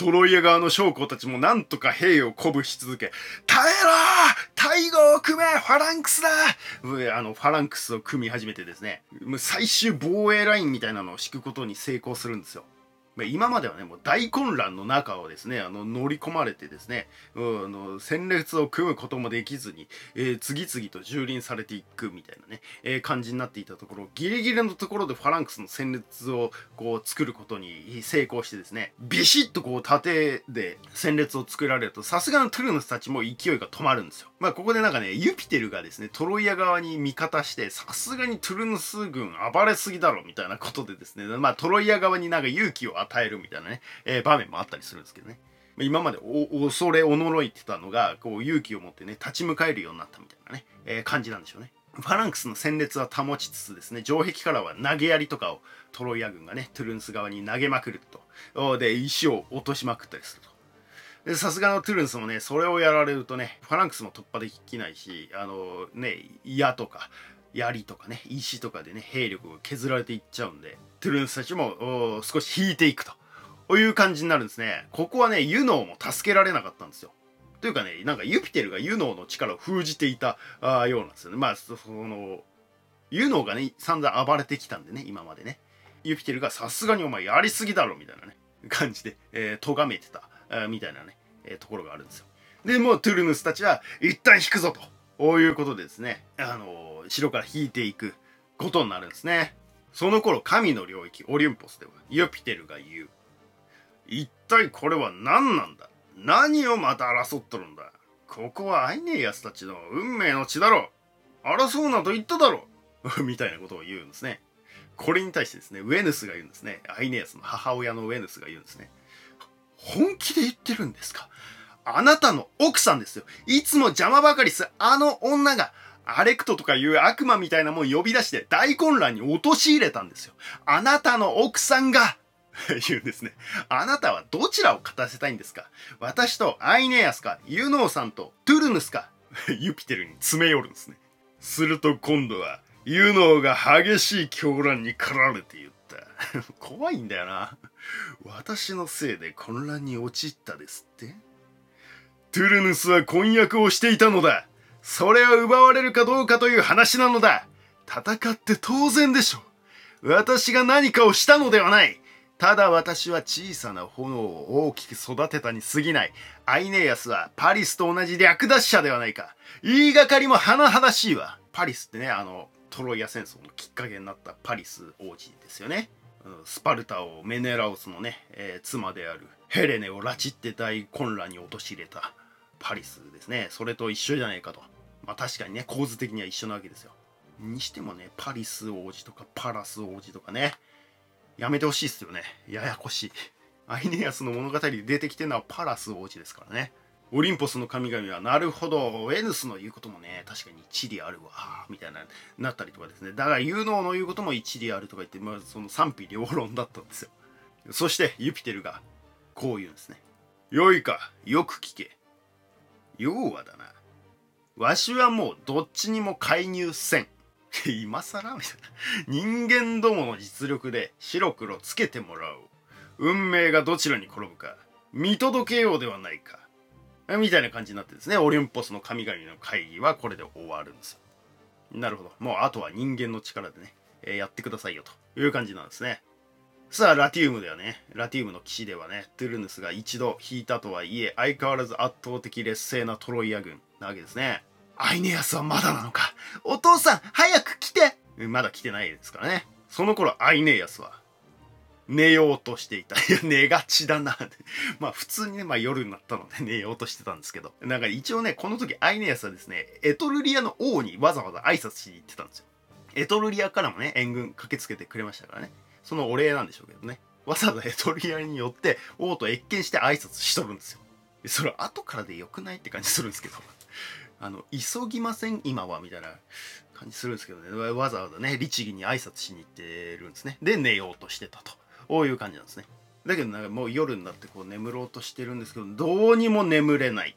トロイア側の将校たちもなんとか兵を鼓舞し続け、耐えろ大軍を組めファランクスだファランクスを組み始めてですね、最終防衛ラインみたいなのを敷くことに成功するんですよ。今まではね、もう大混乱の中をですね、乗り込まれてですね、戦列を組むこともできずに、次々と蹂躙されていくみたいなね、感じになっていたところ、ギリギリのところでファランクスの戦列をこう作ることに成功してですね、ビシッとこう盾で戦列を作られると、さすがのトゥルヌスたちも勢いが止まるんですよ。ここでなんかね、ユピテルがですね、トロイア側に味方して、さすがにトゥルヌス軍暴れすぎだろみたいなことでですね、トロイア側になんか勇気を与えるみたいなね、場面もあったりするんですけどね。今まで恐れおのろいてたのが、こう勇気を持ってね、立ち向かえるようになったみたいなね、感じなんでしょうね。ファランクスの戦列は保ちつつですね、城壁からは投げ槍とかをトロイア軍がね、トゥルンス側に投げまくると。で、石を落としまくったりすると。さすがのトゥルンスもね、それをやられるとね、ファランクスも突破できないし、矢とか、槍とかね、石とかでね、兵力が削られていっちゃうんで、トゥルンスたちも少し引いていくと。こういう感じになるんですね。ここはね、ユノーも助けられなかったんですよ。というかね、なんかユピテルがユノーの力を封じていたようなんですよね。ユノーがね、散々暴れてきたんでね、今までね。ユピテルがさすがにお前やりすぎだろ、みたいなね、感じで、咎めてた。みたいなね、ところがあるんですよ。で、もうトゥルヌスたちは一旦引くぞと。こういうことでですね、城から引いていくことになるんですね。その頃、神の領域、オリンポスでは、ユピテルが言う。一体これは何なんだ？何をまた争っとるんだ？ここはアイネイアスたちの運命の地だろう。争うなと言っただろうみたいなことを言うんですね。これに対してですね、ウェヌスが言うんですね。アイネイアスの母親のウェヌスが言うんですね。本気で言ってるんですか？あなたの奥さんですよ。いつも邪魔ばかりするあの女が、アレクトとかいう悪魔みたいなもん呼び出して大混乱に陥れたんですよ。あなたの奥さんが言うんですね。あなたはどちらを勝たせたいんですか？私とアイネアスか、ユノーさんとトゥルヌスか、ユピテルに詰め寄るんですね。すると今度は、ユノーが激しい狂乱に駆られて言った。怖いんだよな。私のせいで混乱に陥ったですって？トゥルヌスは婚約をしていたのだ。それを奪われるかどうかという話なのだ。戦って当然でしょう。私が何かをしたのではない。ただ私は小さな炎を大きく育てたに過ぎない。アイネイアスはパリスと同じ略奪者ではないか。言いがかりも甚だしいわ。パリスってね、トロイア戦争のきっかけになったパリス王子ですよね。スパルタをメネラオスのね、妻であるヘレネを拉致って大混乱に陥れたパリスですね。それと一緒じゃないかと。確かにね、構図的には一緒なわけですよ。にしてもね、パリス王子とかパラス王子とかね、やめてほしいっすよね。ややこしい。アイネアスの物語で出てきてるのはパラス王子ですからね。オリンポスの神々はなるほど、ウェヌスの言うこともね、確かに一理あるわ、みたいなったりとかですね。だからユノーの言うことも一理あるとか言って、その賛否両論だったんですよ。そしてユピテルがこう言うんですね。よいか、よく聞け。要はだな。わしはもうどっちにも介入せん。今更みたいな。人間どもの実力で白黒つけてもらおう。運命がどちらに転ぶか見届けようではないか。みたいな感じになってですね、オリンポスの神々の会議はこれで終わるんですよ。なるほど。もうあとは人間の力でね、やってくださいよという感じなんですね。さあ、ラティウムではね、ラティウムの騎士ではね、トゥルヌスが一度引いたとはいえ、相変わらず圧倒的劣勢なトロイア軍なわけですね。アイネアスはまだなのか。お父さん、早く来て。まだ来てないですからね。その頃、アイネアスは、寝ようとしていた。いや、寝がちだな。普通にね、夜になったので寝ようとしてたんですけど。なんか一応ね、この時アイネアスはですね、エトルリアの王にわざわざ挨拶しに行ってたんですよ。エトルリアからもね、援軍駆けつけてくれましたからね。そのお礼なんでしょうけどね。わざわざエトルリアによって王と謁見して挨拶しとるんですよ。それ後からでよくないって感じするんですけど。急ぎません今はみたいな感じするんですけどね。わざわざね、律儀に挨拶しに行ってるんですね。で、寝ようとしてたと。こういう感じなんですね。だけどなんかもう夜になってこう眠ろうとしてるんですけど、どうにも眠れない。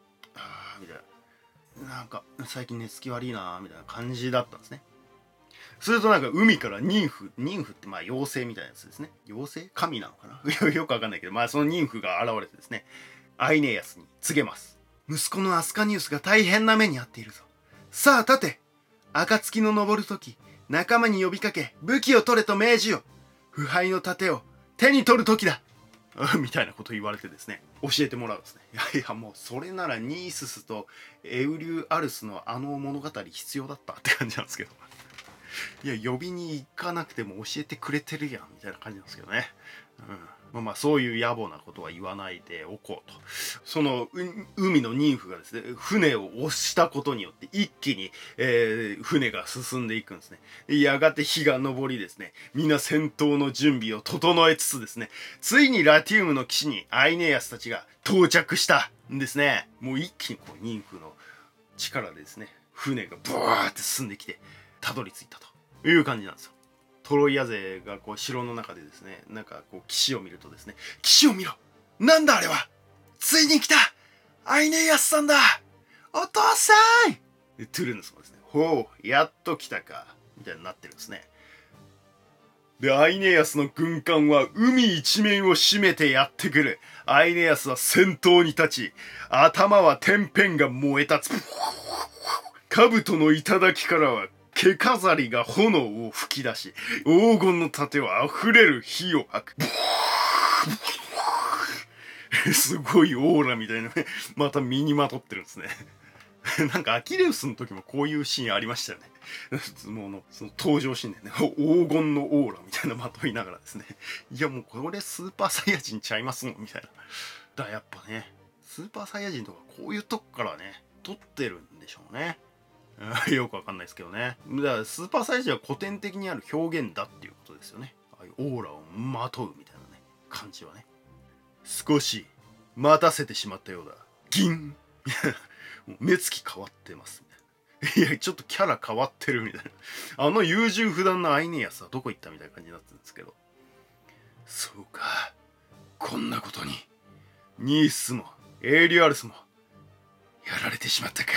みたいな。なんか最近寝つき悪いなみたいな感じだったんですね。 するとなんか海からニンフってまあ妖精みたいなやつですね。妖精神なのかなよくわかんないけど、まあそのニンフが現れてですね、アイネイアスに告げます。息子のアスカニウスが大変な目に遭っているぞ。さあ立て、暁の昇るとき、仲間に呼びかけ、武器を取れと命じよ。腐敗の盾を手に取るときだみたいなこと言われてですね、教えてもらうんですね。いやもうそれならニーススとエウリュアルスのあの物語必要だったって感じなんですけど。いや呼びに行かなくても教えてくれてるやんみたいな感じなんですけどね。まあそういう野暮なことは言わないでおこうと。その海のニンフがですね、船を押したことによって一気に、船が進んでいくんですね。やがて日が昇りですね、皆戦闘の準備を整えつつですね、ついにラティウムの岸にアイネアスたちが到着したんですね。もう一気にこうニンフの力でですね、船がブワーって進んできてたどり着いたという感じなんですよ。トロイア勢がこう城の中でですね、なんかこう岸を見るとですね、岸を見ろ、なんだあれは、ついに来た、アイネイアスさんだ、お父さん。でトゥルヌスもですね、ほうやっと来たかみたいになってるんですね。でアイネイアスの軍艦は海一面を占めてやってくる。アイネイアスは先頭に立ち、頭は天辺が燃え立つ。兜の頂からは毛飾りが炎を吹き出し、黄金の盾は溢れる火を吐く。すごいオーラみたいなね、また身にまとってるんですね。なんかアキレウスの時もこういうシーンありましたよね。もうその登場シーンでね、黄金のオーラみたいなまといながらですね、いやもうこれスーパーサイヤ人ちゃいますもんみたいな。だからやっぱね、スーパーサイヤ人とかこういうとこからね、撮ってるんでしょうね。よくわかんないですけどね。だからスーパーサイヤ人は古典的にある表現だっていうことですよね。ああいうオーラをまとうみたいなね、感じはね。少し待たせてしまったようだ。ギン目つき変わってますみたいな。いやちょっとキャラ変わってるみたいな。あの優柔不断なアイネアスはどこ行ったみたいな感じになってるんですけど。そうか、こんなことにニースもエイリュアルスもやられてしまったか。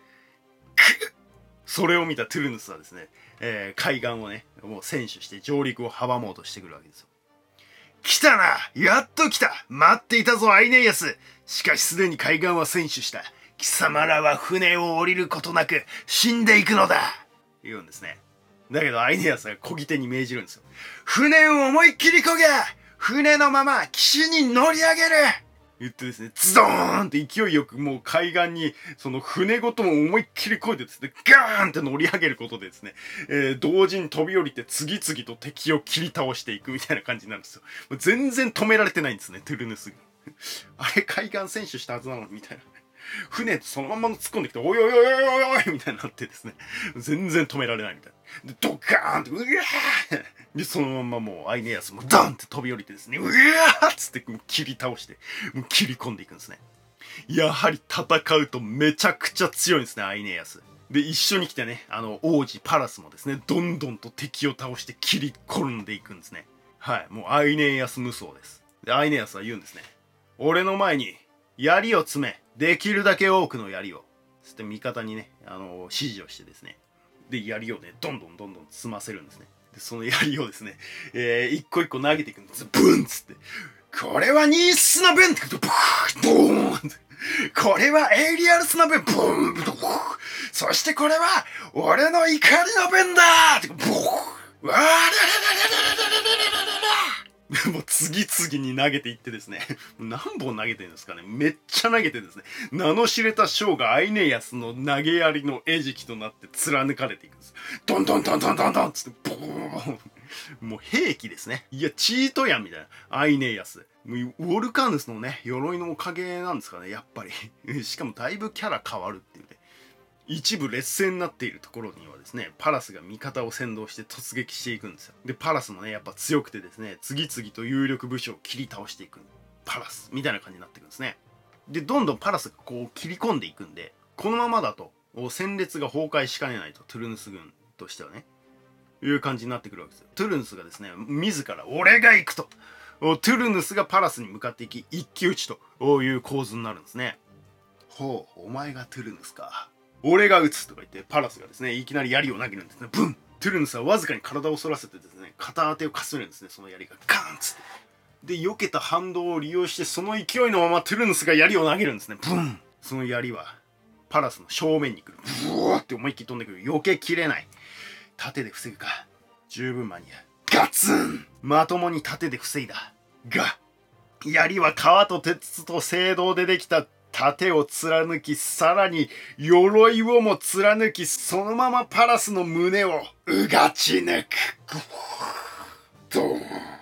それを見たトゥルヌスはですね、海岸をねもう占取して上陸を阻もうとしてくるわけですよ。来たな、やっと来た、待っていたぞアイネイアス。しかしすでに海岸は占取した。貴様らは船を降りることなく死んでいくのだ、言うんですね。だけどアイネアスが漕ぎ手に命じるんですよ。船を思いっきり漕げ、船のまま岸に乗り上げる、言ってですね、ズドーンって勢いよくもう海岸にその船ごとも思いっきり漕いでですね、ガーンって乗り上げることでですね、同時に飛び降りて次々と敵を切り倒していくみたいな感じになるんですよ。もう全然止められてないんですね、トゥルヌスが。あれ海岸選手したはずなのにみたいな。船そのまま突っ込んできて、おいおいおいおいおいおいみたいになってですね、全然止められないみたいな。で、ドッカーンって、うわーで、そのままもうアイネアスもダンって飛び降りてですね、うわーっつってもう切り倒して、もう切り込んでいくんですね。やはり戦うとめちゃくちゃ強いんですね、アイネアス。で、一緒に来てね、王子パラスもですね、どんどんと敵を倒して切り込んでいくんですね。はい、もうアイネアス無双です。で、アイネアスは言うんですね。俺の前に、槍を詰め、できるだけ多くの槍を。つって味方にね、指示をしてですね。で、槍をね、どんどん積ませるんですね。で、その槍をですね、一個一個投げていくんです。ブンっつって。これはニースの分って言うと、ボーンって。これはエイリアルスの分、ボーンそしてこれは、俺の怒りの分だーって、ボーンわーららららららららもう次々に投げていってですね、何本投げてるんですかね、めっちゃ投げてですね、名の知れた将がアイネイアスの投げ槍の餌食となって貫かれていくんです。ドンドンドンドンドンドンつって、ボーンもう兵器ですね。いや、チートやんみたいな。アイネイアス。ウォルカヌスのね、鎧のおかげなんですかね、やっぱり。しかもだいぶキャラ変わるっていうね。一部劣勢になっているところにはですね、パラスが味方を先導して突撃していくんですよ。で、パラスもね、やっぱ強くてですね、次々と有力武将を切り倒していく。パラスみたいな感じになっていくんですね。で、どんどんパラスがこう切り込んでいくんで、このままだと戦列が崩壊しかねないと、トゥルヌス軍としてはね、いう感じになってくるわけですよ。トゥルヌスがですね、自ら俺が行くと、トゥルヌスがパラスに向かっていき、一騎打ちという構図になるんですね。ほう、お前がトゥルヌスか。俺が撃つとか言って、パラスがですね、いきなり槍を投げるんですね。ブントゥルヌスはわずかに体を反らせてですね、片当てをかすめるんですね。その槍がガーンっつって。で、避けた反動を利用して、その勢いのままトゥルヌスが槍を投げるんですね。ブン。その槍はパラスの正面に来る。ブワーって思いっきり飛んでくる。避けきれない。盾で防ぐか。十分間に合う。ガツン。まともに盾で防いだが、槍は皮と鉄と青銅でできた盾を貫き、さらに鎧をも貫き、そのままパラスの胸をうがち抜く。ドーン。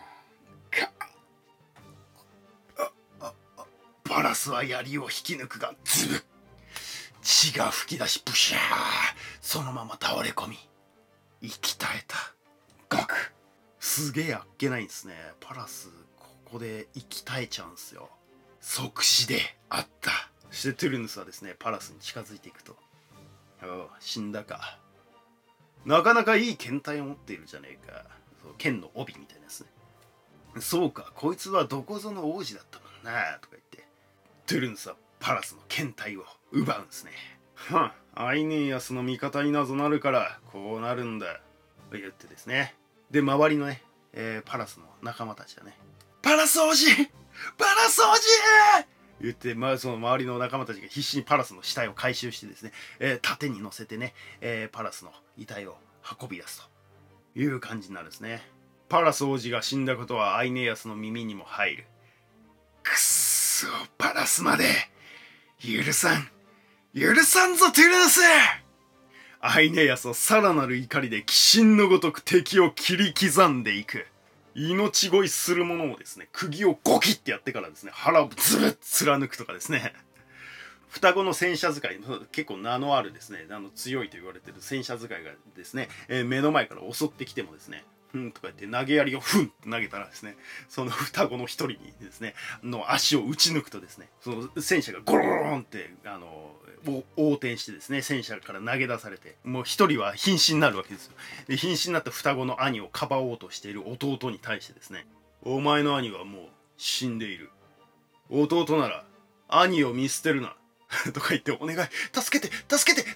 パラスは槍を引き抜くが、ズブッ。血が噴き出し、ブシャー。そのまま倒れ込み、息絶えた。ガク。すげえあっけないんですね。パラス、ここで息絶えちゃうんすよ。即死であった。そしてトゥルヌスはですね、パラスに近づいていくと。おう、死んだか。なかなかいい剣体を持っているじゃねえか。そう剣の帯みたいなやつね。そうか、こいつはどこぞの王子だったもんな、とか言って、トゥルヌスはパラスの剣体を奪うんですね。アイネイアスの味方になぞなるからこうなるんだと言ってですね。で、周りのね、パラスの仲間たちはね、パラス王子、パラス王子言って、その周りの仲間たちが必死にパラスの死体を回収してですね、盾に乗せてね、パラスの遺体を運び出すという感じになるんですね。パラス王子が死んだことはアイネイアスの耳にも入る。くっそ、パラスまで許さんぞトゥルヌス。アイネイアスはさらなる怒りで鬼神のごとく敵を切り刻んでいく。命乞いする者をですね、釘をゴキってやってからですね、腹をズブッ貫くとかですね、双子の戦車使い、結構名のあるですね、強いと言われてる戦車使いがですね、目の前から襲ってきてもですね、とか言って投げ槍をフンって投げたらですね、その双子の一人にですね、の足を打ち抜くとですね、その戦車がゴロゴロンって横転してですね、戦車から投げ出されて、もう一人は瀕死になるわけですよ。で、瀕死になった双子の兄をかばおうとしている弟に対してですね、お前の兄はもう死んでいる。弟なら兄を見捨てるな。とか言って、お願い、助けてみ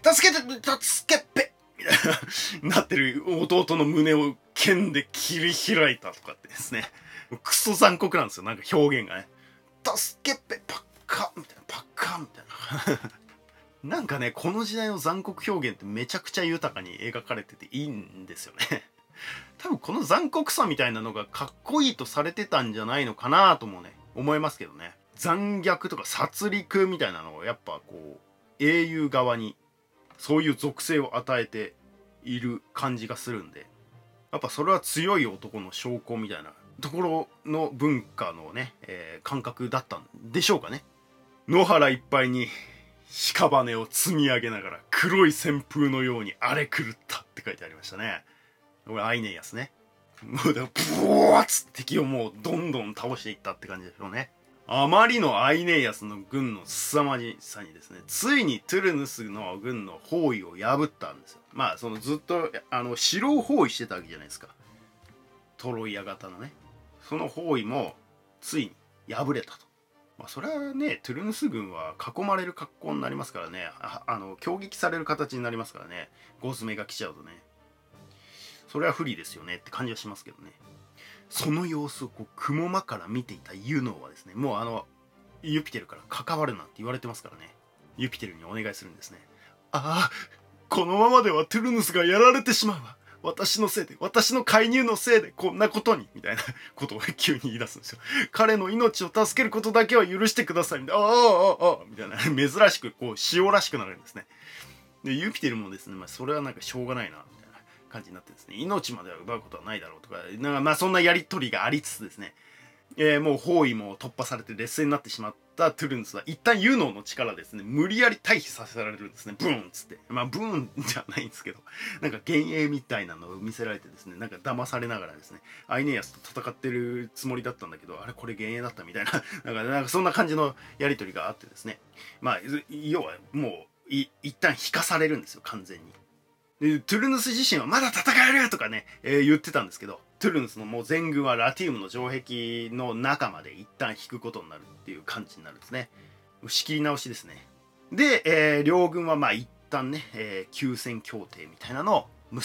たいな、なってる弟の胸を剣で切り開いたとかってですね、クソ残酷なんですよ、なんか表現がね。助けっぺ、パッカみたいな、パッカみたいな。なんかね、この時代の残酷表現ってめちゃくちゃ豊かに描かれてていいんですよね。多分この残酷さみたいなのがかっこいいとされてたんじゃないのかなともね、思いますけどね。残虐とか殺戮みたいなのをやっぱこう英雄側にそういう属性を与えている感じがするんで、やっぱそれは強い男の証拠みたいなところの文化のね、感覚だったんでしょうかね。野原いっぱいに屍を積み上げながら黒い旋風のように荒れ狂ったって書いてありましたね。これアイネイアスね。もうだからブワーッつって敵をもうどんどん倒していったって感じでしょうね。あまりのアイネイアスの軍の凄まじさにですね、ついにトゥルヌスの軍の包囲を破ったんですよ。まあそのずっと城を包囲してたわけじゃないですか。トロイア型のね、その包囲もついに破れたと。まあそれはね、トゥルヌス軍は囲まれる格好になりますからね、攻撃される形になりますからね、ゴズメが来ちゃうとね、それは不利ですよねって感じはしますけどね。その様子をこう雲間から見ていたユノーはですね、もうユピテルから関わるなって言われてますからね、ユピテルにお願いするんですね。ああ、このままではトゥルヌスがやられてしまうわ。私のせいで、私の介入のせいでこんなことに、みたいなことを急に言い出すんですよ。彼の命を助けることだけは許してください、みたいな、みたいな、珍しく、こう、塩らしくなるんですね。で、ユピテルもですね、それはなんかしょうがないな、みたいな感じになってですね、命までは奪うことはないだろうとか、なんかそんなやりとりがありつつですね、もう包囲も突破されて劣勢になってしまったトゥルヌスは一旦ユノーの力ですね、無理やり退避させられるんですね。ブーンっつって。まあブーンじゃないんですけど、なんか幻影みたいなのを見せられてですね、なんか騙されながらですね、アイネイアスと戦ってるつもりだったんだけど、あれこれ幻影だったみたいな、なんかそんな感じのやりとりがあってですね、まあ要はもう一旦引かされるんですよ、完全に。でトゥルヌス自身はまだ戦えるとかね、言ってたんですけど、トゥルヌスのもう全軍はラティウムの城壁の中まで一旦引くことになるっていう感じになるんですね。仕切り直しですね。で、両軍はまあ一旦ね、休戦協定みたいなのを結ぶ。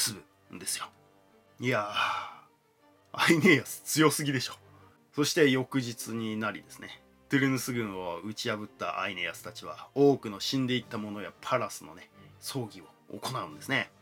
んですよ。いやー、アイネイアス強すぎでしょ。そして翌日になりですね、トゥルヌス軍を打ち破ったアイネイアスたちは多くの死んでいった者やパラスのね葬儀を行うんですね。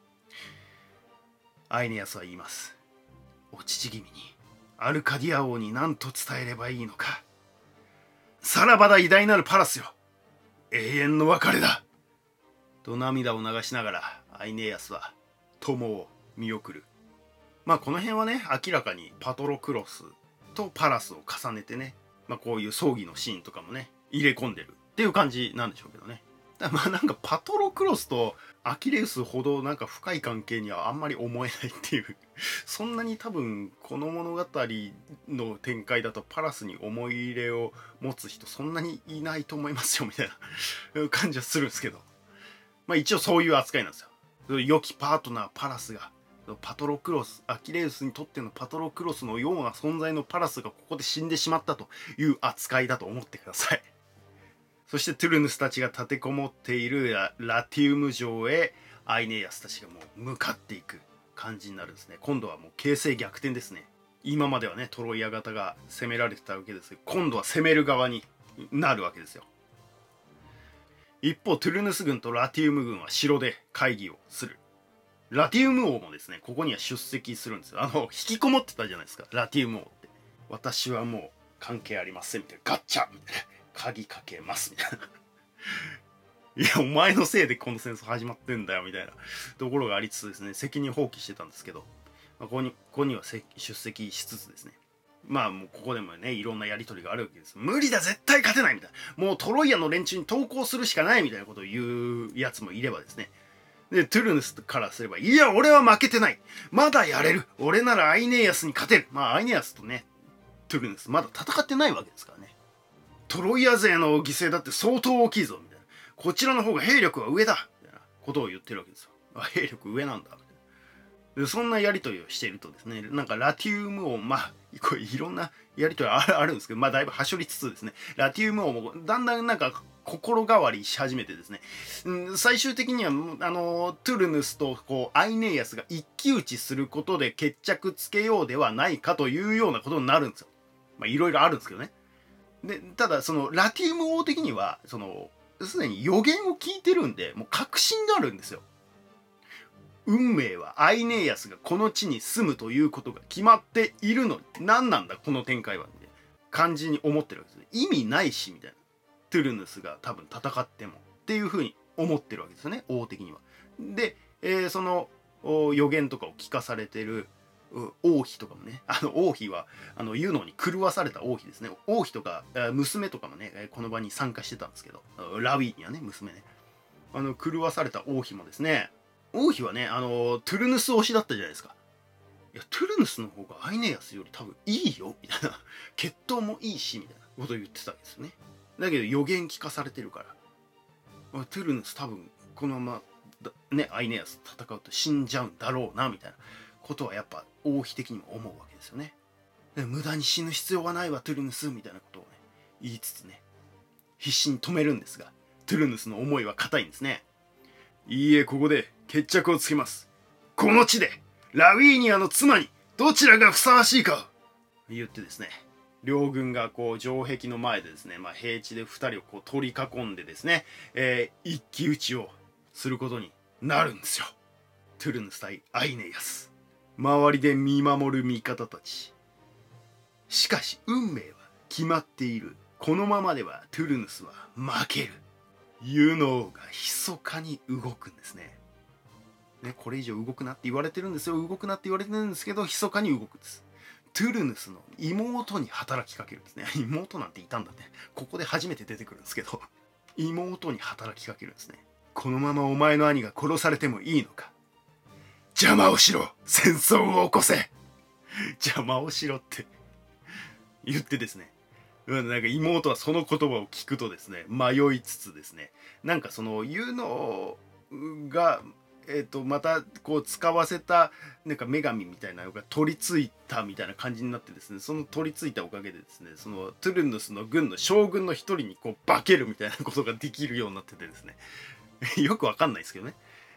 アイネイアスは言います。お父君にアルカディア王に何と伝えればいいのか。さらばだ偉大なるパラスよ、永遠の別れだと涙を流しながらアイネイアスは友を見送る。まあこの辺はね、明らかにパトロクロスとパラスを重ねてね、まあこういう葬儀のシーンとかもね入れ込んでるっていう感じなんでしょうけどね。まあなんかパトロクロスとアキレウスほどなんか深い関係にはあんまり思えないっていうそんなに多分この物語の展開だとパラスに思い入れを持つ人そんなにいないと思いますよみたいな感じはするんですけど、まあ一応そういう扱いなんですよ。良きパートナーパラスがパトロクロス、アキレウスにとってのパトロクロスのような存在のパラスがここで死んでしまったという扱いだと思ってください。そしてトゥルヌスたちが立てこもっているラティウム城へアイネイアスたちがもう向かっていく感じになるんですね。今度はもう形勢逆転ですね。今まではねトロイア型が攻められてたわけですけど、今度は攻める側になるわけですよ。一方トゥルヌス軍とラティウム軍は城で会議をする。ラティウム王もですねここには出席するんですよ。引きこもってたじゃないですか、ラティウム王って。私はもう関係ありませんみたいな、ガッチャみたいな、鍵かけますみたいないやお前のせいでこの戦争始まってんだよみたいなところがありつつですね、責任放棄してたんですけど、ここには出席しつつですね、まあもうここでもねいろんなやり取りがあるわけです。無理だ絶対勝てないみたいな、もうトロイアの連中に投降するしかないみたいなことを言うやつもいればですね、でトゥルヌスからすればいや俺は負けてない、まだやれる、俺ならアイネイアスに勝てる。まあアイネイアスとねトゥルヌスまだ戦ってないわけですからね。トロイア勢の犠牲だって相当大きいぞみたいな、こちらの方が兵力は上だみたいなことを言ってるわけですよ。兵力上なんだみたいな。でそんなやり取りをしているとですね、なんかラティウム王、まあこれいろんなやり取りあるんですけど、まあだいぶはしょりつつですね、ラティウム王もだんだんなんか心変わりし始めてですね、最終的にはトゥルヌスとこうアイネイアスが一騎打ちすることで決着つけようではないかというようなことになるんですよ。まあいろいろあるんですけどね。でただそのラティウム王的にはそのすでに予言を聞いてるんでもう確信があるんですよ。運命はアイネイアスがこの地に住むということが決まっているのに何なんだこの展開はみたいな感じに思ってるわけです。意味ないしみたいな、トゥルヌスが多分戦ってもっていうふうに思ってるわけですよね、王的には。で、その予言とかを聞かされてる王妃とかもね、王妃はユノに狂わされた王妃ですね。王妃とか娘とかもねこの場に参加してたんですけど、ラウィーニャね娘ね、狂わされた王妃もですね、王妃はねトゥルヌス推しだったじゃないですか。いやトゥルヌスの方がアイネイアスより多分いいよみたいな、血統もいいしみたいなことを言ってたわけですよね。だけど予言聞かされてるからトゥルヌス多分このままねアイネイアスと戦うと死んじゃうんだろうなみたいなことはやっぱ王妃的にも思うわけですよね。無駄に死ぬ必要はないわトゥルヌスみたいなことをね言いつつね必死に止めるんですが、トゥルヌスの思いは固いんですね。いいえここで決着をつけます。この地でラウィーニアの妻にどちらがふさわしいかを言ってですね、両軍がこう城壁の前でですね、まあ、平地で2人をこう取り囲んでですね、一騎打ちをすることになるんですよ。トゥルヌス対アイネイアス、周りで見守る味方たち。しかし運命は決まっている。このままではトゥルヌスは負ける。ユノーが密かに動くんですね。これ以上動くなって言われてるんですよ。動くなって言われてるんですけど密かに動くんです。トゥルヌスの妹に働きかけるんですね。妹なんていたんだね。ここで初めて出てくるんですけど、妹に働きかけるんですね。このままお前の兄が殺されてもいいのか。邪魔をしろ、戦争を起こせ。邪魔をしろって言ってですね、なんか妹はその言葉を聞くとですね迷いつつですね、なんかそのユノがまたこう使わせたなんか女神みたいなのが取り付いたみたいな感じになってですね、その取り付いたおかげでですね、そのトゥルヌスの軍の将軍の一人にこう化けるみたいなことができるようになっててですねよくわかんないですけどね。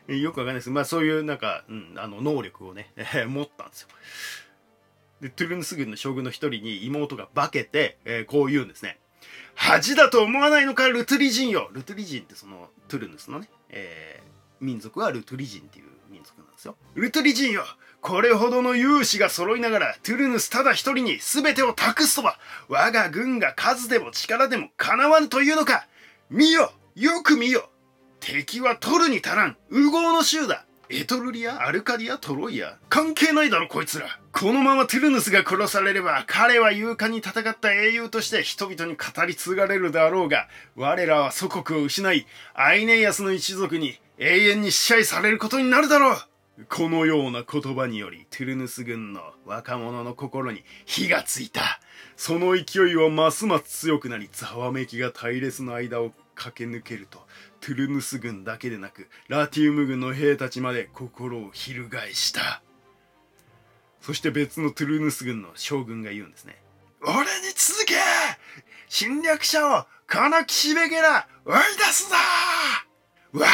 よくわかんないです。まあそういうなんか、能力をね、持ったんですよ。で、トゥルヌス軍の将軍の一人に妹が化けて、こう言うんですね。恥だと思わないのか、ルトゥリ人よ。ルトゥリ人ってそのトゥルヌスのね、民族はルトゥリ人っていう民族なんですよ。ルトゥリ人よ。これほどの勇士が揃いながら、トゥルヌスただ一人に全てを託すとは、我が軍が数でも力でもかなわぬというのか。見よ、よく見よ。敵は取るに足らん、烏合の衆だ。エトルリア、アルカディア、トロイア。関係ないだろこいつら。このままトゥルヌスが殺されれば、彼は勇敢に戦った英雄として人々に語り継がれるであろうが、我らは祖国を失い、アイネイアスの一族に永遠に支配されることになるだろう。このような言葉により、トゥルヌス軍の若者の心に火がついた。その勢いはますます強くなり、ざわめきが隊列の間を駆け抜けると、トゥルヌス軍だけでなく、ラティウム軍の兵たちまで心を翻した。そして別のトゥルヌス軍の将軍が言うんですね。俺に続け！侵略者をこの岸辺から追い出すぞ！わー！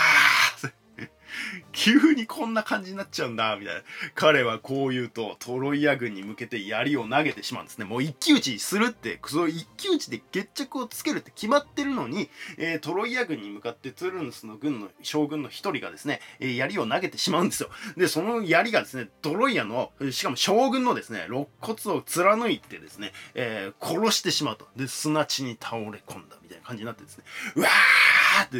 急にこんな感じになっちゃうんだ、みたいな。彼はこう言うと、トロイア軍に向けて槍を投げてしまうんですね。もう一騎打ちするって、その一騎打ちで決着をつけるって決まってるのに、トロイア軍に向かってトゥルヌスの軍の将軍の一人がですね、槍を投げてしまうんですよ。で、その槍がですね、トロイアの、しかも将軍のですね、肋骨を貫いてですね、殺してしまうと。で、砂地に倒れ込んだみたいな感じになってですね、うわーって、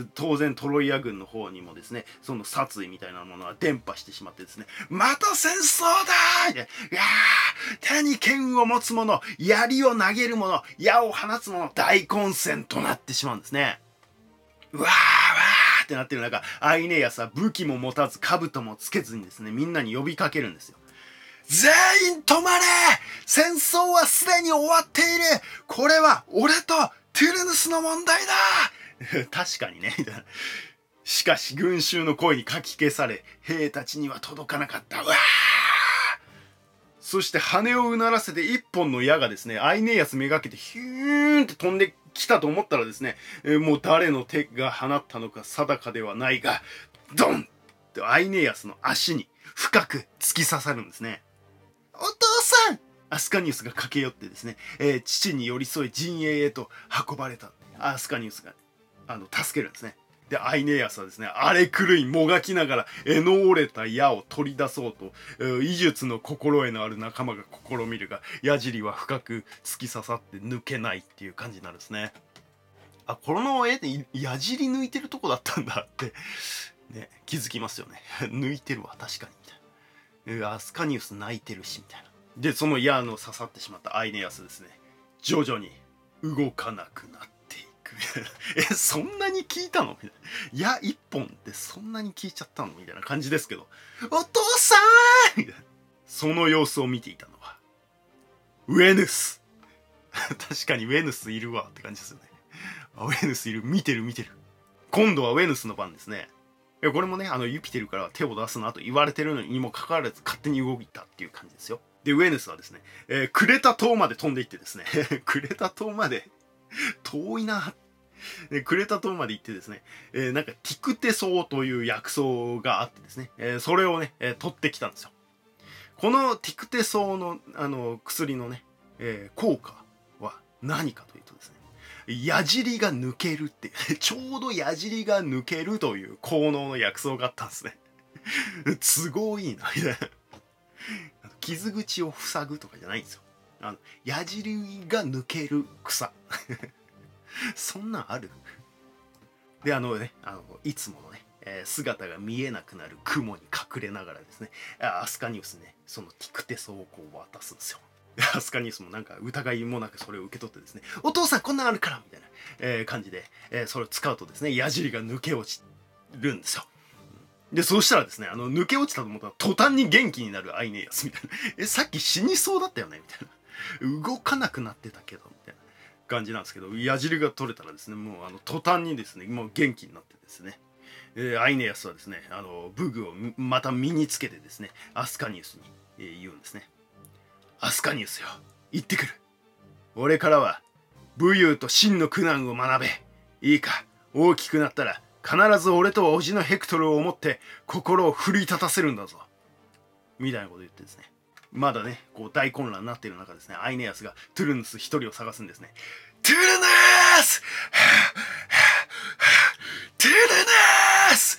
当然トロイア軍の方にもですね、その殺意みたいなものは伝播してしまってですね、また戦争だーって、手に剣を持つ者、槍を投げる者、矢を放つ者、大混戦となってしまうんですね。うわーわーってなってる中、アイネイアスは武器も持たず、兜もつけずにですね、みんなに呼びかけるんですよ。全員止まれ！戦争はすでに終わっている！これは俺とトゥルヌスの問題だ！確かにね。しかし群衆の声にかき消され、兵たちには届かなかった。うわー！そして羽をうならせて一本の矢がですね、アイネイアスめがけてヒューンって飛んできたと思ったらですね、もう誰の手が放ったのか定かではないが、ドンってアイネイアスの足に深く突き刺さるんですね。お父さん！アスカニウスが駆け寄ってですね、父に寄り添い陣営へと運ばれた。アスカニウスが助けるんですね。で、アイネイアスはですね、荒れ狂いもがきながら柄の折れた矢を取り出そうと、医術の心得のある仲間が試みるが、矢尻は深く突き刺さって抜けないっていう感じになるんですね。あ、この絵で矢尻抜いてるとこだったんだって、ね、気づきますよね。抜いてるわ、確かに。みたいな。アスカニウス泣いてるし、みたいな。で、その矢の刺さってしまったアイネイアスですね、徐々に動かなくなって、そんなに聞いたのみたいな。いや、一本ってそんなに聞いちゃったのみたいな感じですけど、お父さんみたいな。その様子を見ていたのは、ウェヌス。確かにウェヌスいるわって感じですよね。あ、ウェヌスいる。見てる。今度はウェヌスの番ですね。これもね、ユピテルから手を出すなと言われてるのにもかかわらず勝手に動いたっていう感じですよ。で、ウェヌスはですね、クレタ島まで飛んでいってですね、クレタ島まで、遠いな。クレタ島まで行ってですね、なんかティクテソウという薬草があってですね、それをね、取ってきたんですよ。このティクテソウの薬のね、効果は何かというとですね、矢尻が抜けるってちょうど矢尻が抜けるという効能の薬草があったんですね。都合いいなみたいな。傷口を塞ぐとかじゃないんですよ。矢尻が抜ける草。そんなんある？で、いつものね、姿が見えなくなる雲に隠れながらですね、アスカニウスね、そのティクテソウをこう渡すんですよ。アスカニウスもなんか疑いもなくそれを受け取ってですね、お父さんこんなんあるからみたいな、感じで、それを使うとですね、矢尻が抜け落ちるんですよ。で、そうしたらですね、抜け落ちたと思ったら途端に元気になるアイネイアスみたいな。さっき死にそうだったよねみたいな。動かなくなってたけど、みたいな感じなんですけど、矢尻が取れたらですね、もう途端にですね、もう元気になってですね、アイネイアスはですね、武具をまた身につけてですね、アスカニウスに、言うんですね。アスカニウスよ、行ってくる。俺からは武勇と真の苦難を学べ。いいか、大きくなったら必ず俺と叔父のヘクトルを思って心を奮い立たせるんだぞ。みたいなこと言ってですね。まだね、こう大混乱になっている中ですね、アイネアスがトゥルヌス一人を探すんですね。トゥルヌストゥルヌス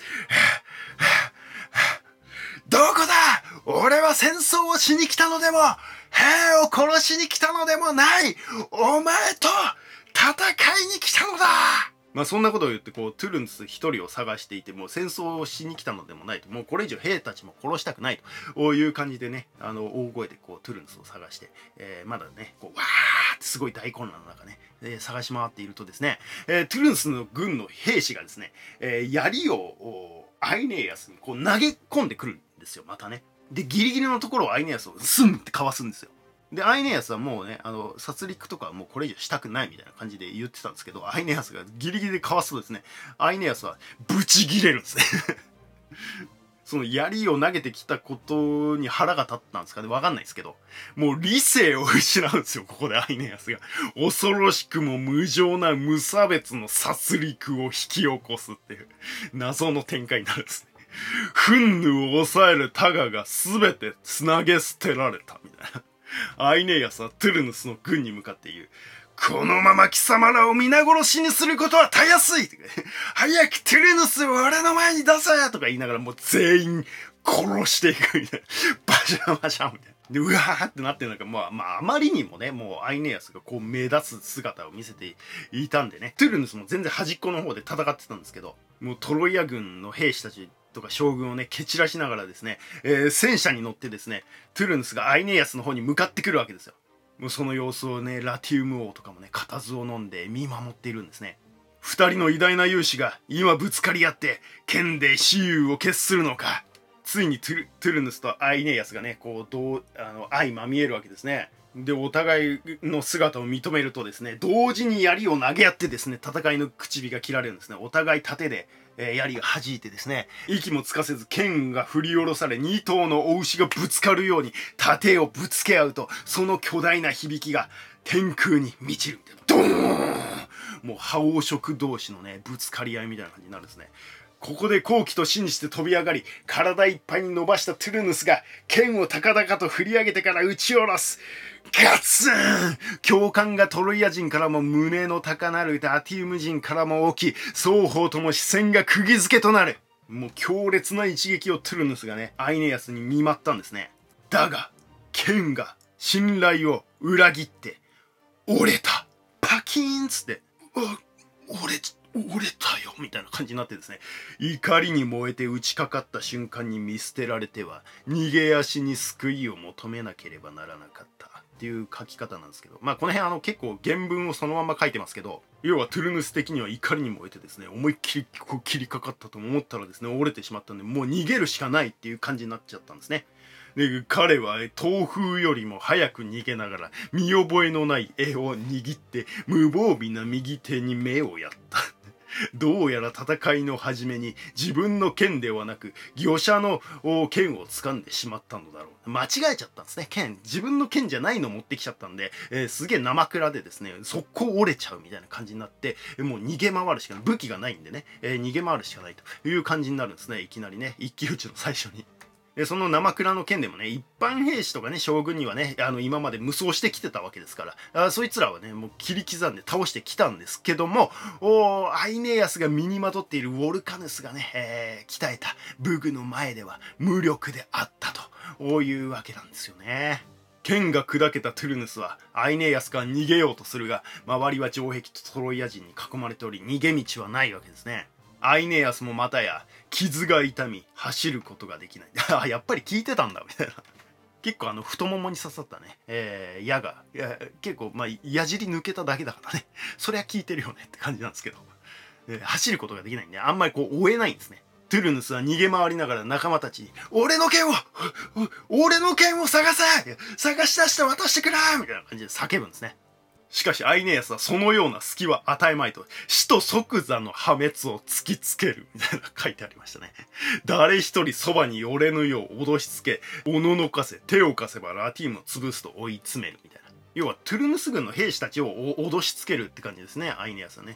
どこだ？俺は戦争をしに来たのでも、兵を殺しに来たのでもない。お前と戦いに来たのだ。まあそんなことを言ってこうトゥルンス一人を探していて、もう戦争をしに来たのでもないと、もうこれ以上兵たちも殺したくないという感じでね、大声でこうトゥルンスを探して、まだねこうわーってすごい大混乱の中ね、探し回っているとですね、トゥルンスの軍の兵士がですね、槍をアイネイアスにこう投げ込んでくるんですよ、またね。でギリギリのところをアイネイアスをスンってかわすんですよ。でアイネアスはもうね殺戮とかはもうこれ以上したくないみたいな感じで言ってたんですけど、アイネアスがギリギリでかわすとですね、アイネアスはブチギレるんですねその槍を投げてきたことに腹が立ったんですかね、わかんないですけど、もう理性を失うんですよ、ここでアイネアスが。恐ろしくも無情な無差別の殺戮を引き起こすっていう謎の展開になるんですね。憤怒を抑えるタガが全て繋げ捨てられたみたいな。アイネイアスはトゥルヌスの軍に向かって言う。このまま貴様らを皆殺しにすることはたやすい早くトゥルヌスを俺の前に出せとか言いながらもう全員殺していくみたいな。バシャバシャみたいな。で、うわーってなってる中、あまりにもね、もうアイネイアスがこう目立つ姿を見せていたんでね、トゥルヌスも全然端っこの方で戦ってたんですけど、もうトロイア軍の兵士たちとか将軍をね蹴散らしながらですね、戦車に乗ってですねトゥルヌスがアイネイアスの方に向かってくるわけですよ。もうその様子をねラティウム王とかもね固唾を飲んで見守っているんですね。二人の偉大な勇士が今ぶつかり合って剣で雌雄を決するのか。ついにトゥルヌスとアイネイアスがねこう相まみえるわけですね。でお互いの姿を認めるとですね、同時に槍を投げ合ってですね戦いの口火が切られるんですね。お互い盾で槍が弾いてですね、息もつかせず剣が振り下ろされ2頭の雄牛がぶつかるように盾をぶつけ合うと、その巨大な響きが天空に満ちるみたいな。ドーン。もう覇王色同士のねぶつかり合いみたいな感じになるんですね。ここで好奇と信じて飛び上がり、体いっぱいに伸ばしたトゥルヌスが剣を高々と振り上げてから打ち下ろす。ガツン。教官がトロイア人からも胸の高鳴るラティウム人からも起き、双方とも視線が釘付けとなる。もう強烈な一撃をトゥルヌスがねアイネアスに見舞ったんですね。だが剣が信頼を裏切って折れた。パキーンつって折れたよみたいな感じになってですね、怒りに燃えて打ちかかった瞬間に見捨てられては逃げ足に救いを求めなければならなかったっていう書き方なんですけど、この辺結構原文をそのまま書いてますけど、要はトゥルヌス的には怒りに燃えてですね思いっきりこう切りかかったと思ったらですね折れてしまったんで、もう逃げるしかないっていう感じになっちゃったんですね。で彼は東風よりも早く逃げながら見覚えのない絵を握って無防備な右手に目をやった。どうやら戦いの初めに自分の剣ではなく御者の剣を掴んでしまったのだろう。間違えちゃったんですね。自分の剣じゃないの持ってきちゃったんで、すげえ生倉でですね速攻折れちゃうみたいな感じになって、もう逃げ回るしかない。武器がないんでね、逃げ回るしかないという感じになるんですね。いきなりね一騎打ちの最初に。でその生倉の剣でもね一般兵士とかね将軍にはね今まで無双してきてたわけですから、そいつらはねもう切り刻んで倒してきたんですけども、アイネイアスが身にまとっているウォルカヌスがね、鍛えた武具の前では無力であったというわけなんですよね。剣が砕けたトゥルヌスはアイネイアスから逃げようとするが、周りは城壁とトロイア人に囲まれており逃げ道はないわけですね。アイネアスもまたや傷が痛み走ることができないやっぱり効いてたんだみたいな。結構太ももに刺さったね、矢が結構矢尻抜けただけだからねそりゃ効いてるよねって感じなんですけど、走ることができないんであんまりこう追えないんですね。トゥルヌスは逃げ回りながら仲間たちに俺の剣を探し出して渡してくれみたいな感じで叫ぶんですね。しかしアイネアスはそのような隙は与えまいと死と即座の破滅を突きつけるみたいな書いてありましたね。誰一人そばに寄れぬよう脅しつけ、おののかせ手を貸せばラティウムを潰すと追い詰めるみたいな。要はトゥルヌス軍の兵士たちを脅しつけるって感じですね、アイネアスはね。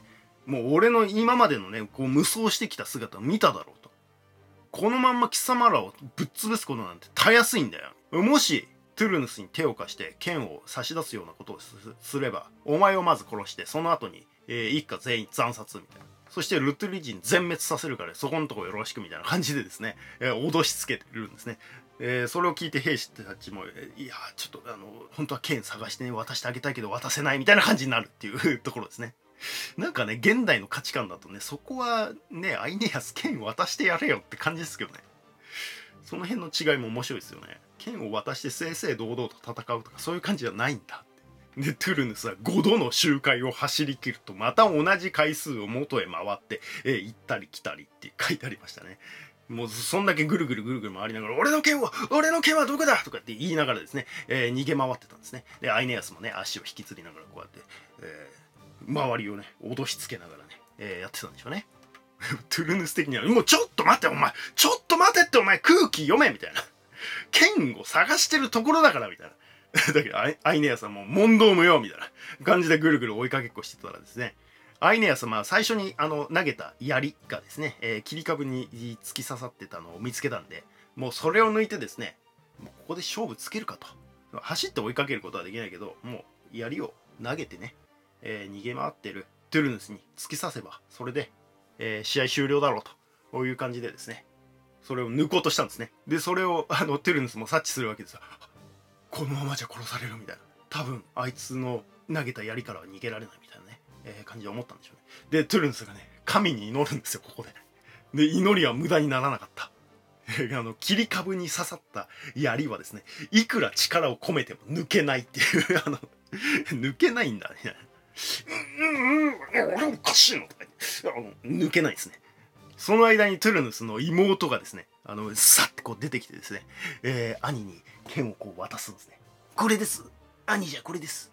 もう俺の今までのねこう無双してきた姿を見ただろうと。このまんま貴様らをぶっ潰すことなんてたやすいんだよ。もしトゥルヌスに手を貸して剣を差し出すようなことをすれば、お前をまず殺してその後に、一家全員惨殺みたいな。そしてルトゥリ人全滅させるからそこのとこよろしくみたいな感じでですね、脅しつけてるんですね。それを聞いて兵士たちもいやちょっと本当は剣探してね渡してあげたいけど渡せないみたいな感じになるっていうところですね。なんかね現代の価値観だとねそこはねアイネアス剣渡してやれよって感じですけどね。その辺の違いも面白いですよね。剣を渡して正々堂々と戦うとかそういう感じじゃないんだって。でトゥルヌスは5度の周回を走り切るとまた同じ回数を元へ回って、行ったり来たりって書いてありましたね。もうそんだけぐるぐるぐるぐる回りながら俺の剣はどこだとかって言いながらですね、逃げ回ってたんですね。でアイネアスもね足を引きずりながらこうやって、周りをね脅しつけながらね、やってたんでしょうね。トゥルヌス的にはもうちょっと待ってお前ちょっと待てってお前空気読めみたいな。剣を探してるところだからみたいな。だけどアイネアスはもう問答無用みたいな感じでぐるぐる追いかけっこしてたらですね、アイネアスは最初に投げた槍がですね、切り株に突き刺さってたのを見つけたんで、もうそれを抜いてですね、もうここで勝負つけるかと。走って追いかけることはできないけど、もう槍を投げてね、逃げ回ってるトゥルヌスに突き刺せばそれで、試合終了だろうと、こういう感じでですねそれを抜こうとしたんですね。でそれをトゥルヌスも察知するわけですよ。このままじゃ殺されるみたいな、多分あいつの投げた槍からは逃げられないみたいなね、感じで思ったんでしょうね。でトゥルヌスがね神に祈るんですよここで。で祈りは無駄にならなかった。切り株に刺さった槍はですねいくら力を込めても抜けないっていう抜けないんだみたいな。俺おかしいのとか抜けないですね。その間にトゥルヌスの妹がですねさってこう出てきてですね、兄に剣をこう渡すんですね。これです兄じゃこれです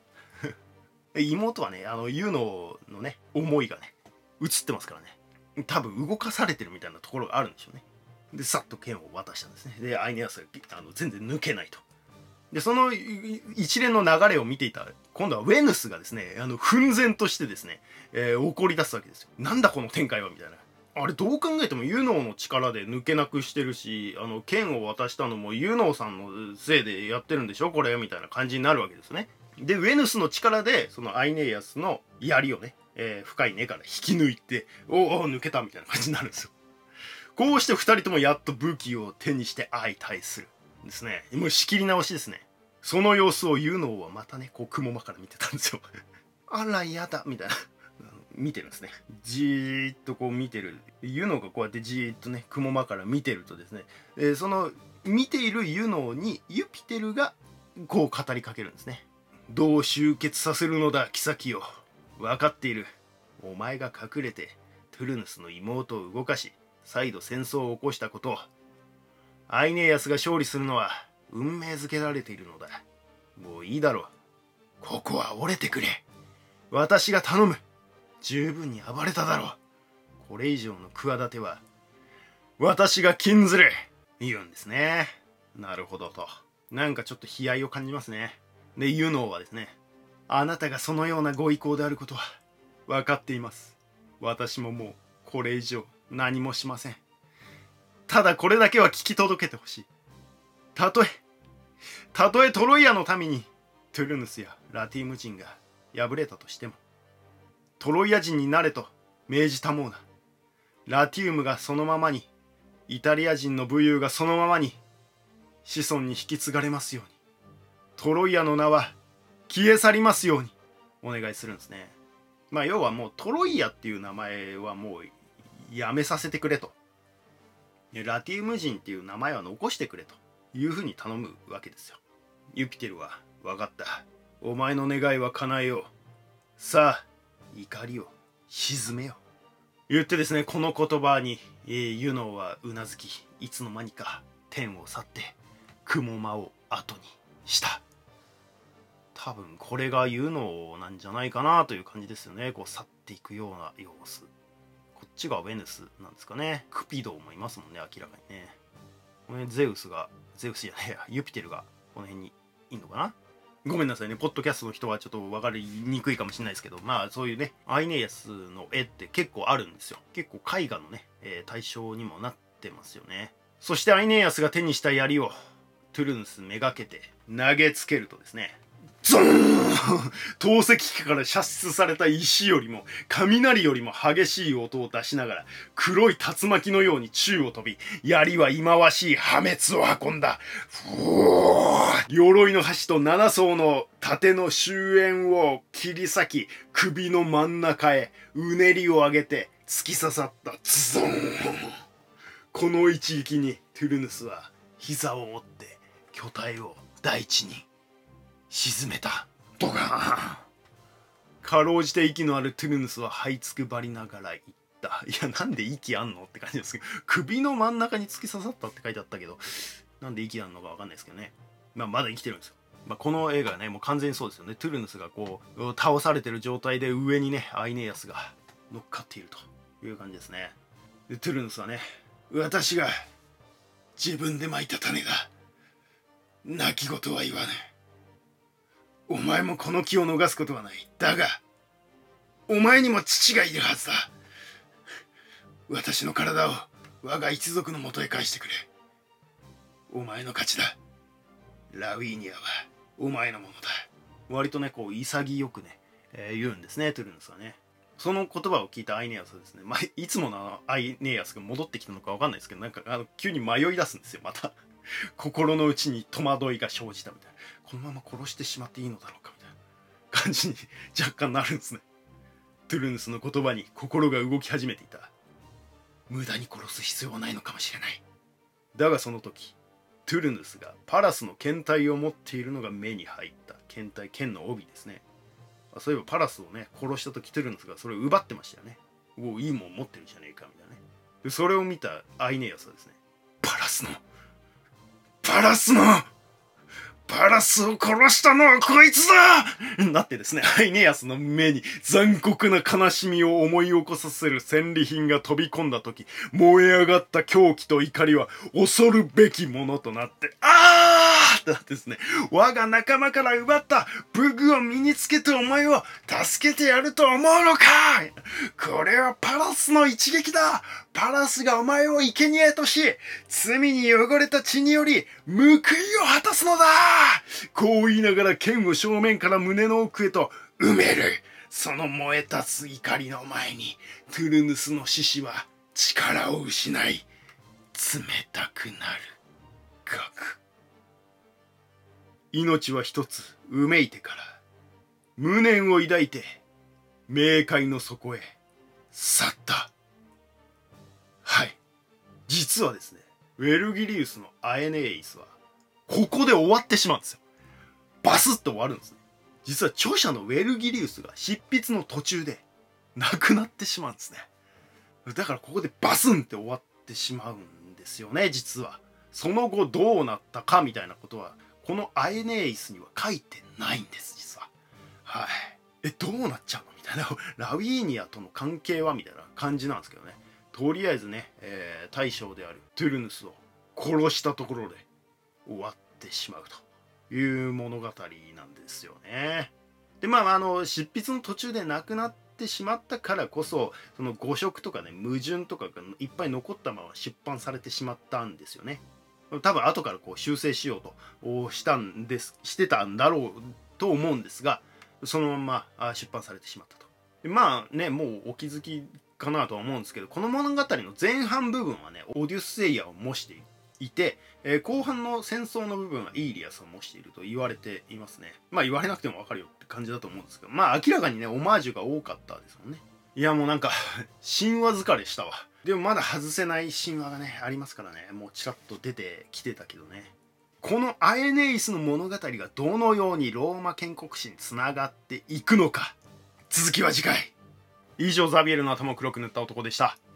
妹はねユノのね思いがね映ってますからね、多分動かされてるみたいなところがあるんでしょうね。でさっと剣を渡したんですね。でアイネアスが全然抜けないと。でその一連の流れを見ていた今度はウェヌスがですね奮然としてですね、怒り出すわけですよ。なんだこの展開はみたいな。あれどう考えてもユノーの力で抜けなくしてるし、剣を渡したのもユノーさんのせいでやってるんでしょこれみたいな感じになるわけですね。でウェヌスの力でそのアイネイアスの槍をね、深い根から引き抜いてお抜けたみたいな感じになるんですよ。こうして2人ともやっと武器を手にして相対するんですね。もう仕切り直しですね。その様子をユノーはまたねこう雲間から見てたんですよ。あらやだみたいな見てるんですね。じーっとこう見てるユノがこうやってじーっとね雲間から見てるとですね、その見ているユノにユピテルがこう語りかけるんですね。どう集結させるのだ妃よ。分かっている。お前が隠れてトゥルヌスの妹を動かし再度戦争を起こしたことを。アイネイアスが勝利するのは運命づけられているのだ。もういいだろう。ここは折れてくれ。私が頼む。十分に暴れただろう。これ以上の企ては私が禁ずる。言うんですね。なるほどと。なんかちょっと悲哀を感じますね。でユノーはですね、あなたがそのようなご意向であることは分かっています。私ももうこれ以上何もしません。ただこれだけは聞き届けてほしい。たとえトロイアの民にトゥルヌスやラティム人が敗れたとしてもトロイア人になれと命じたもうな。ラティウムがそのままに、イタリア人の武勇がそのままに子孫に引き継がれますように、トロイアの名は消え去りますようにお願いするんですね。まあ要はもうトロイアっていう名前はもうやめさせてくれと、ラティウム人っていう名前は残してくれというふうに頼むわけですよ。ユピテルは分かった、お前の願いは叶えよう、さあ怒りを鎮めよう言ってですね、この言葉に、ユノはうなずき、いつの間にか天を去って雲間を後にした。多分これがユノなんじゃないかなという感じですよね。こう去っていくような様子。こっちがウェヌスなんですかね。クピドーもいますもんね、明らかにね。これゼウスじゃねえや、ユピテルがこの辺にいんのかな。 ごめんなさいね、ポッドキャストの人はちょっと分かりにくいかもしれないですけど、まあそういうね、アイネイアスの絵って結構あるんですよ。結構絵画のね、対象にもなってますよね。そしてアイネイアスが手にした槍をトゥルヌスめがけて投げつけるとですね、ゾーン透析機から射出された石よりも雷よりも激しい音を出しながら黒い竜巻のように宙を飛び、槍は忌まわしい破滅を運んだ。鎧の端と7層の盾の終焉を切り裂き、首の真ん中へうねりを上げて突き刺さった。ズドン。この一撃にトゥルヌスは膝を折って巨体を大地に沈めた。ドカーン。かろうじて息のあるトゥルヌスは這いつくばりながら言った。いや、なんで息あんのって感じですけど、首の真ん中に突き刺さったって書いてあったけど、なんで息あんのかわかんないですけどね。まだ生きてるんですよ。この映画はね、もう完全にそうですよね。トゥルヌスがこう倒されてる状態で上にね、アイネイアスが乗っかっているという感じですね。でトゥルヌスはね、私が自分で蒔いた種だ。泣き言は言わねえ。お前もこの気を逃すことはない。だがお前にも父がいるはずだ。私の体を我が一族のもとへ返してくれ。お前の勝ちだ。ラウィーニアはお前のものだ。割とね、こう潔くね、言うんですね、トゥルヌスはね。その言葉を聞いたアイネイアスはですね、いつものアイネイアスが戻ってきたのかわかんないですけど、なんか急に迷い出すんですよ、また。心の内に戸惑いが生じたみたいな。このまま殺してしまっていいのだろうかみたいな感じに若干なるんですね。トゥルヌスの言葉に心が動き始めていた。無駄に殺す必要はないのかもしれない。だがその時、トゥルヌスがパラスの剣体を持っているのが目に入った。剣体、剣の帯ですね。そういえばパラスをね、殺した時トゥルヌスがそれを奪ってましたよね。おお、いいもん持ってるじゃねえかみたいなね。でそれを見たアイネイアスはですね、パラスを殺したのはこいつだなってですね、アイネイアスの目に残酷な悲しみを思い起こさせる戦利品が飛び込んだ時、燃え上がった狂気と怒りは恐るべきものとなって、ってなってですね、我が仲間から奪った武具を身につけてお前を助けてやると思うのか。これはパラスの一撃だ。パラスがお前を生贄とし、罪に汚れた血により報いを果たすのだ。こう言いながら剣を正面から胸の奥へと埋める。その燃え立つ怒りの前にトゥルヌスの獅子は力を失い冷たくなる。ガク。命は一つうめいてから無念を抱いて冥界の底へ去った。はい、実はですね、ウェルギリウスのアエネイスはここで終わってしまうんですよ。バスッと終わるんですね。実は著者のウェルギリウスが執筆の途中で亡くなってしまうんですね。だからここでバスンって終わってしまうんですよね。実はその後どうなったかみたいなことはこのアエネイスには書いてないんです、実は。はい。どうなっちゃうのみたいな。ラウィーニアとの関係はみたいな感じなんですけどね。とりあえずね、大将であるトゥルヌスを殺したところで終わってしまうという物語なんですよね。で執筆の途中で亡くなってしまったからこそ、その誤植とかね、矛盾とかがいっぱい残ったまま出版されてしまったんですよね。多分後からこう修正しようとしてたんだろうと思うんですが、そのまま出版されてしまったと。でもうお気づきかなとは思うんですけど、この物語の前半部分はね、オデュッセイアを模していて、後半の戦争の部分はイーリアスを模していると言われていますね。言われなくてもわかるよって感じだと思うんですけど、明らかにね、オマージュが多かったですもんね。いやもうなんか神話疲れしたわ。でもまだ外せない神話がねありますからね、もうちらっと出てきてたけどね。このアエネイスの物語がどのようにローマ建国史につながっていくのか、続きは次回。以上、ザビエルの頭を黒く塗った男でした。